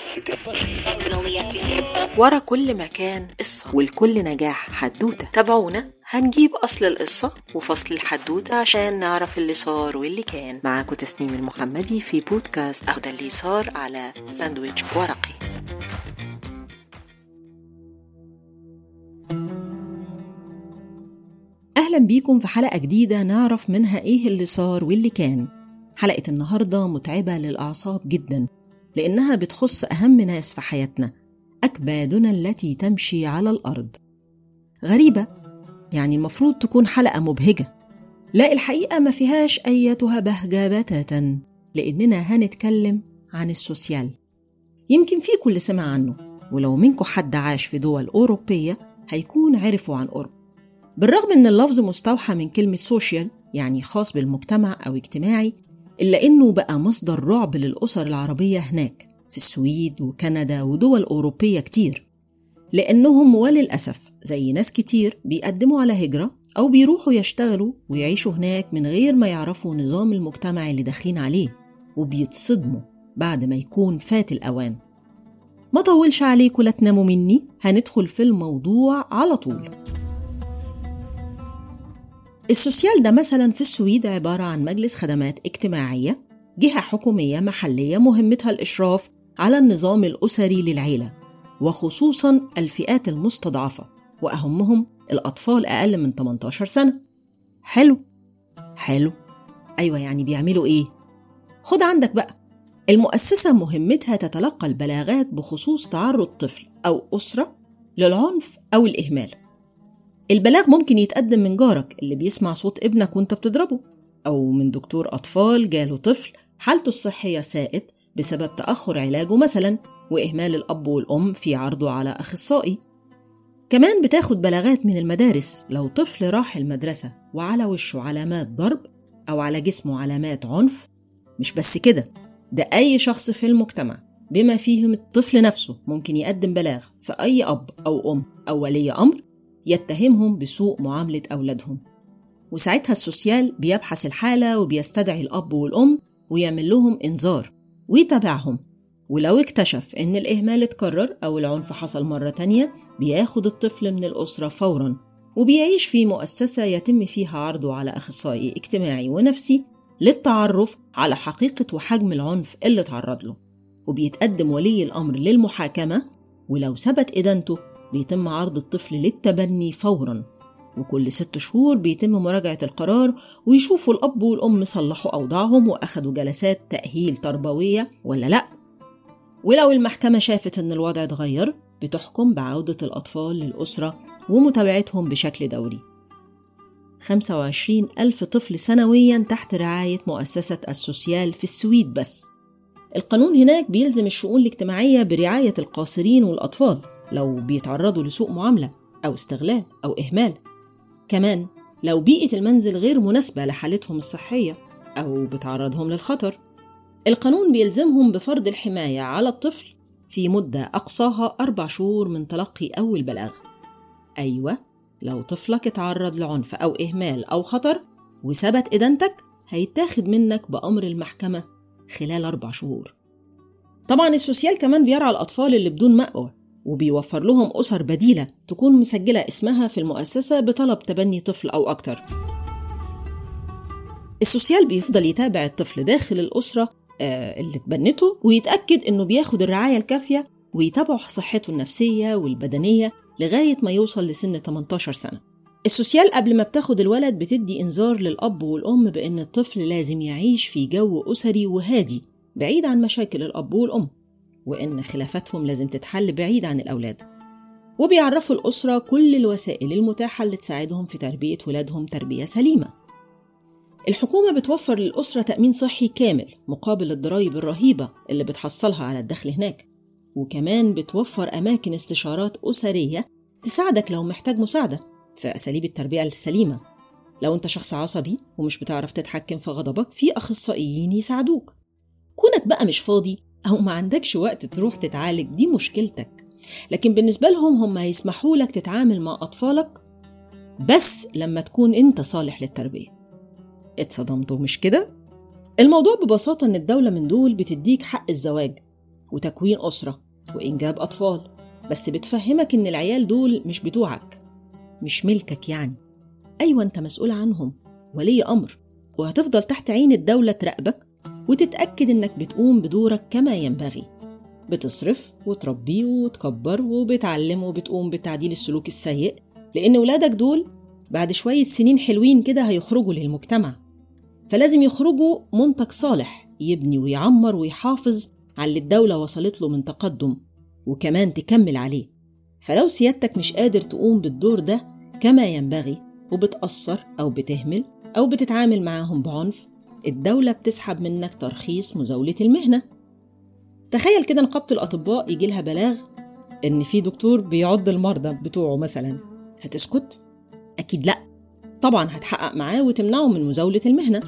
ورا كل مكان قصة، والكل نجاح حدوتة. تابعونا هنجيب أصل القصة وفصل الحدوتة عشان نعرف اللي صار واللي كان. معاكم تسنيم المحمدي في بودكاست أخد اللي صار على ساندويتش ورقي. أهلا بيكم في حلقة جديدة نعرف منها إيه اللي صار واللي كان. حلقة النهاردة متعبة للأعصاب جدا لأنها بتخص أهم ناس في حياتنا، أكبادنا التي تمشي على الأرض. غريبة، يعني المفروض تكون حلقة مبهجة، لا الحقيقة ما فيهاش أيتها بهجة بتاتا، لأننا هنتكلم عن السوسيال. يمكن في كل سمع عنه، ولو منكم حد عاش في دول أوروبية هيكون عرفوا عن قرب. بالرغم أن اللفظ مستوحى من كلمة سوشيال، يعني خاص بالمجتمع أو اجتماعي، إلا أنه بقى مصدر رعب للأسر العربية هناك في السويد وكندا ودول أوروبية كتير، لأنهم وللأسف زي ناس كتير بيقدموا على هجرة أو بيروحوا يشتغلوا ويعيشوا هناك من غير ما يعرفوا نظام المجتمع اللي داخلين عليه، وبيتصدموا بعد ما يكون فات الأوان. ما طولش عليكم لا تناموا مني، هندخل في الموضوع على طول. السوسيال ده مثلا في السويد عبارة عن مجلس خدمات اجتماعية، جهة حكومية محلية مهمتها الإشراف على النظام الأسري للعيلة، وخصوصا الفئات المستضعفة، وأهمهم الأطفال أقل من 18 سنة. حلو؟ أيوة، يعني بيعملوا إيه؟ خد عندك بقى، المؤسسة مهمتها تتلقى البلاغات بخصوص تعرض طفل أو أسرة للعنف أو الإهمال. البلاغ ممكن يتقدم من جارك اللي بيسمع صوت ابنك وانت بتضربه، أو من دكتور أطفال جاله طفل حالته الصحية ساءت بسبب تأخر علاجه مثلا، وإهمال الأب والأم في عرضه على أخصائي. كمان بتاخد بلاغات من المدارس لو طفل راح المدرسة وعلى وشه علامات ضرب أو على جسمه علامات عنف. مش بس كده، ده أي شخص في المجتمع بما فيهم الطفل نفسه ممكن يقدم بلاغ في أي أب أو أم أو ولي أمر يتهمهم بسوء معاملة أولادهم، وساعتها السوسيال بيبحث الحالة وبيستدعي الأب والأم ويعمل لهم إنذار ويتابعهم، ولو اكتشف إن الإهمال اتكرر أو العنف حصل مرة تانية بياخد الطفل من الأسرة فوراً وبيعيش في مؤسسة يتم فيها عرضه على أخصائي اجتماعي ونفسي للتعرف على حقيقة وحجم العنف اللي تعرض له، وبيتقدم ولي الأمر للمحاكمة، ولو ثبت إدانته بيتم عرض الطفل للتبني فوراً، وكل 6 شهور بيتم مراجعة القرار ويشوفوا الأب والأم صلحوا أوضاعهم وأخدوا جلسات تأهيل تربوية ولا لأ. ولو المحكمة شافت أن الوضع اتغير بتحكم بعودة الأطفال للأسرة ومتابعتهم بشكل دوري. 25,000 طفل سنوياً تحت رعاية مؤسسة السوسيال في السويد بس. القانون هناك بيلزم الشؤون الاجتماعية برعاية القاصرين والأطفال لو بيتعرضوا لسوء معاملة أو استغلال أو إهمال. كمان لو بيئة المنزل غير مناسبة لحالتهم الصحية أو بتعرضهم للخطر، القانون بيلزمهم بفرض الحماية على الطفل في مدة أقصاها 4 شهور من تلقي أول بلاغ. أيوة، لو طفلك اتعرض لعنف أو إهمال أو خطر وثبت إدانتك هيتاخد منك بأمر المحكمة خلال 4 شهور. طبعا السوسيال كمان بيرعى الأطفال اللي بدون مأوى، وبيوفر لهم أسر بديلة تكون مسجلة اسمها في المؤسسة بطلب تبني طفل أو أكتر. السوسيال بيفضل يتابع الطفل داخل الأسرة اللي تبنته ويتأكد إنه بياخد الرعاية الكافية، ويتابع صحته النفسية والبدنية لغاية ما يوصل لسن 18 سنة. السوسيال قبل ما بتاخد الولد بتدي إنذار للأب والأم بأن الطفل لازم يعيش في جو أسري وهادي بعيد عن مشاكل الأب والأم، وإن خلافاتهم لازم تتحل بعيد عن الأولاد، وبيعرفوا الأسرة كل الوسائل المتاحة اللي تساعدهم في تربية ولادهم تربية سليمة. الحكومة بتوفر للأسرة تأمين صحي كامل مقابل الضرائب الرهيبة اللي بتحصلها على الدخل هناك، وكمان بتوفر أماكن استشارات أسرية تساعدك لو محتاج مساعدة في أساليب التربية السليمة. لو أنت شخص عصبي ومش بتعرف تتحكم في غضبك، في أخصائيين يساعدوك. كونك بقى مش فاضي أو ما عندكش وقت تروح تتعالج دي مشكلتك، لكن بالنسبة لهم هم هيسمحوا لك تتعامل مع أطفالك بس لما تكون أنت صالح للتربية. اتصدمتوا مش كده؟ الموضوع ببساطة إن الدولة من دول بتديك حق الزواج وتكوين أسرة وإنجاب أطفال، بس بتفهمك إن العيال دول مش بتوعك، مش ملكك يعني. أيوة أنت مسؤول عنهم، ولي أمر، وهتفضل تحت عين الدولة تراقبك وتتأكد إنك بتقوم بدورك كما ينبغي، بتصرف وتربيه وتكبر وبتعلم وبتقوم بتعديل السلوك السيء، لأن ولادك دول بعد شوية سنين حلوين كده هيخرجوا للمجتمع، فلازم يخرجوا منتج صالح يبني ويعمر ويحافظ على اللي الدولة وصلت له من تقدم، وكمان تكمل عليه. فلو سيادتك مش قادر تقوم بالدور ده كما ينبغي وبتأثر أو بتهمل أو بتتعامل معاهم بعنف، الدولة بتسحب منك ترخيص مزاولة المهنة. تخيل كده نقابة الأطباء يجي لها بلاغ إن في دكتور بيعض المرضى بتوعه مثلا، هتسكت؟ أكيد لأ، طبعا هتحقق معاه وتمنعه من مزاولة المهنة.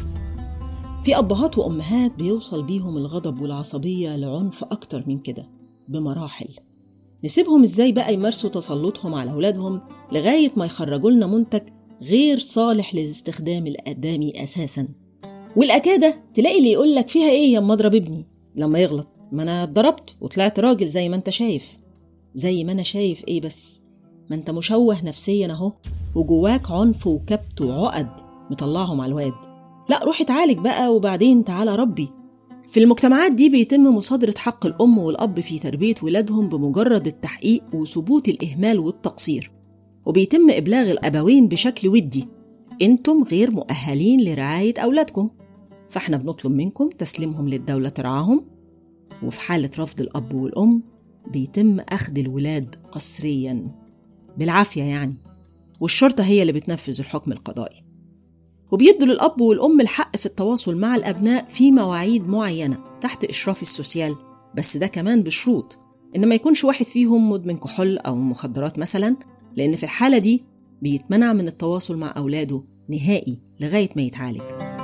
في أبهات وأمهات بيوصل بيهم الغضب والعصبية لعنف أكتر من كده بمراحل. نسيبهم إزاي بقى يمارسوا تسلطهم على أولادهم لغاية ما يخرجوا لنا منتج غير صالح للاستخدام الآدمي أساساً؟ والأكادة تلاقي اللي يقولك فيها إيه يا مضرب ابني لما يغلط؟ ما أنا اتضربت وطلعت راجل زي ما أنت شايف. زي ما أنا شايف إيه بس؟ ما أنت مشوه نفسياً أهو، وجواك عنف وكبت وعقد مطلعهم على الواد. لا، روح اتعالج بقى وبعدين تعالى ربي. في المجتمعات دي بيتم مصادرة حق الأم والأب في تربية ولادهم بمجرد التحقيق وثبوت الإهمال والتقصير، وبيتم إبلاغ الأبوين بشكل ودي: أنتم غير مؤهلين لرعاية أولادكم، فإحنا بنطلب منكم تسليمهم للدولة ترعاهم. وفي حالة رفض الأب والأم بيتم أخذ الولاد قسرياً بالعافية يعني، والشرطة هي اللي بتنفذ الحكم القضائي. وبيدوا للأب والأم الحق في التواصل مع الأبناء في مواعيد معينة تحت إشراف السوسيال، بس ده كمان بشروط إن ما يكونش واحد فيهم مدمن كحول أو مخدرات مثلا، لأن في الحالة دي بيتمنع من التواصل مع أولاده نهائي لغاية ما يتعالج.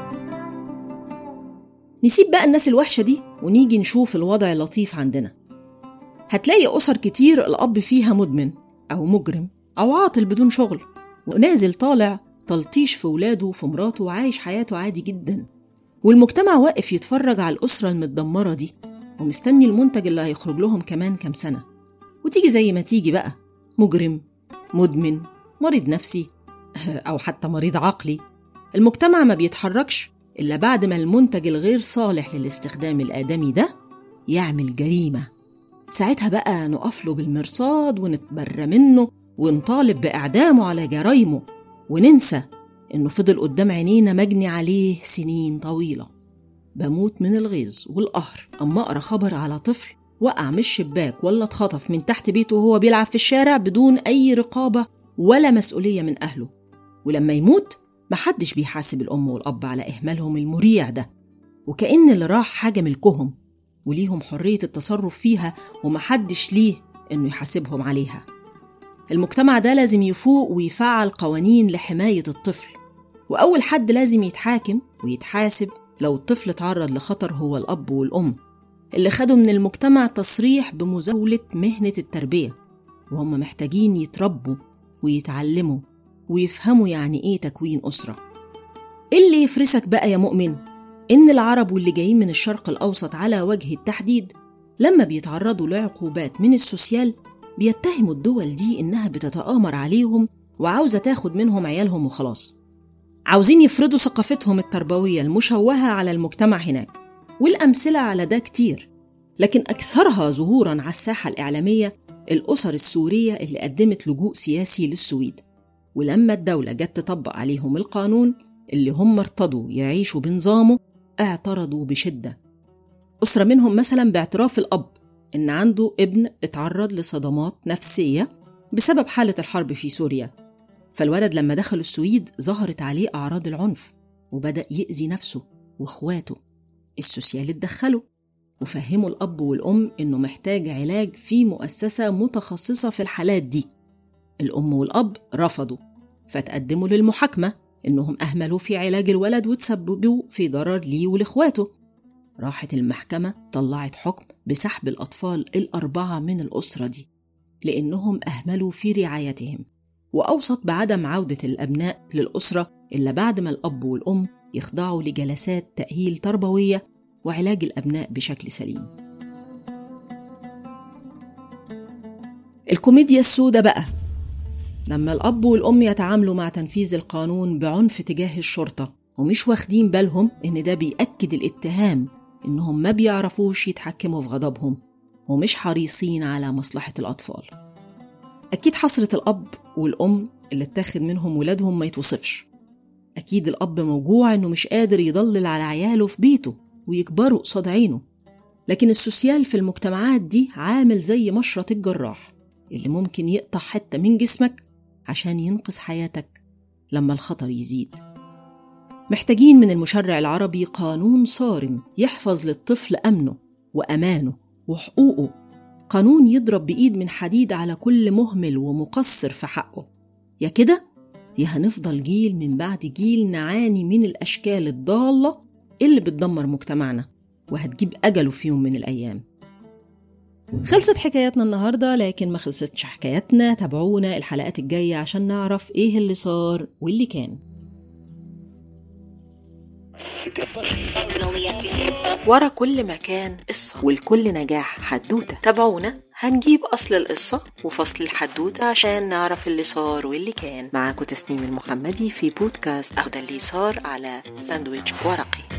نسيب بقى الناس الوحشة دي ونيجي نشوف الوضع اللطيف عندنا. هتلاقي أسر كتير الأب فيها مدمن أو مجرم أو عاطل بدون شغل، ونازل طالع تلطيش في ولاده وفي مراته وعايش حياته عادي جدا، والمجتمع واقف يتفرج على الأسرة المتدمرة دي ومستني المنتج اللي هيخرج لهم كمان كام سنة. وتيجي زي ما تيجي بقى، مجرم، مدمن، مريض نفسي أو حتى مريض عقلي، المجتمع ما بيتحركش إلا بعد ما المنتج الغير صالح للاستخدام الآدمي ده يعمل جريمة. ساعتها بقى نقف له بالمرصاد ونتبرى منه ونطالب بإعدامه على جرايمه، وننسى إنه فضل قدام عينينا مجني عليه سنين طويلة. بموت من الغيظ والقهر أما أقرأ خبر على طفل وقع من الشباك ولا اتخطف من تحت بيته وهو بيلعب في الشارع بدون أي رقابة ولا مسؤولية من أهله، ولما يموت محدش بيحاسب الأم والأب على إهمالهم المريع ده، وكأن اللي راح حاجة ملكهم وليهم حرية التصرف فيها ومحدش ليه إنه يحاسبهم عليها. المجتمع ده لازم يفوق ويفعل قوانين لحماية الطفل، وأول حد لازم يتحاكم ويتحاسب لو الطفل تعرض لخطر هو الأب والأم اللي خدوا من المجتمع تصريح بمزاولة مهنة التربية، وهم محتاجين يتربوا ويتعلموا ويفهموا يعني إيه تكوين أسرة. اللي يفرسك بقى يا مؤمن إن العرب واللي جايين من الشرق الأوسط على وجه التحديد لما بيتعرضوا لعقوبات من السوسيال بيتهموا الدول دي إنها بتتآمر عليهم وعاوزة تاخد منهم عيالهم وخلاص. عاوزين يفرضوا ثقافتهم التربوية المشوهة على المجتمع هناك، والأمثلة على ده كتير، لكن أكثرها ظهوراً على الساحة الإعلامية الأسر السورية اللي قدمت لجوء سياسي للسويد، ولما الدولة جت تطبق عليهم القانون اللي هم ارتضوا يعيشوا بنظامه اعترضوا بشدة. أسرة منهم مثلاً باعتراف الأب إن عنده ابن اتعرض لصدمات نفسية بسبب حالة الحرب في سوريا، فالولد لما دخل السويد ظهرت عليه أعراض العنف وبدأ يأذي نفسه وإخواته. السوسيال اتدخلوا وفهموا الأب والأم إنه محتاج علاج في مؤسسة متخصصة في الحالات دي. الأم والأب رفضوا، فتقدموا للمحاكمة إنهم أهملوا في علاج الولد وتسببوا في ضرر ليه ولإخواته. راحت المحكمة طلعت حكم بسحب الأطفال 4 من الأسرة دي لأنهم أهملوا في رعايتهم، وأوصت بعدم عودة الأبناء للأسرة إلا بعد ما الأب والأم يخضعوا لجلسات تأهيل تربوية وعلاج الأبناء بشكل سليم. الكوميديا السوداء بقى لما الأب والأم يتعاملوا مع تنفيذ القانون بعنف تجاه الشرطة ومش واخدين بالهم إن ده بيأكد الاتهام إنهم ما بيعرفوش يتحكموا في غضبهم ومش حريصين على مصلحة الأطفال. أكيد حسرة الأب والأم اللي اتاخد منهم ولادهم ما يتوصفش. أكيد الأب موجوع إنه مش قادر يضلل على عياله في بيته ويكبروا قصاد عينه. لكن السوسيال في المجتمعات دي عامل زي مشرط الجراح اللي ممكن يقطع حتة من جسمك عشان ينقذ حياتك لما الخطر يزيد. محتاجين من المشرع العربي قانون صارم يحفظ للطفل أمنه وأمانه وحقوقه، قانون يضرب بإيد من حديد على كل مهمل ومقصر في حقه. يا كده يا هنفضل جيل من بعد جيل نعاني من الأشكال الضالة اللي بتدمر مجتمعنا وهتجيب أجله في يوم من الأيام. خلصت حكاياتنا النهاردة، لكن ما خلصتش حكاياتنا. تابعونا الحلقات الجاية عشان نعرف إيه اللي صار واللي كان. ورا كل مكان قصة والكل نجاح حدوتة. تابعونا هنجيب أصل القصة وفصل الحدوتة عشان نعرف اللي صار واللي كان. معاكم تسنيم المحمدي في بودكاست أخد اللي صار على ساندويتش ورقي.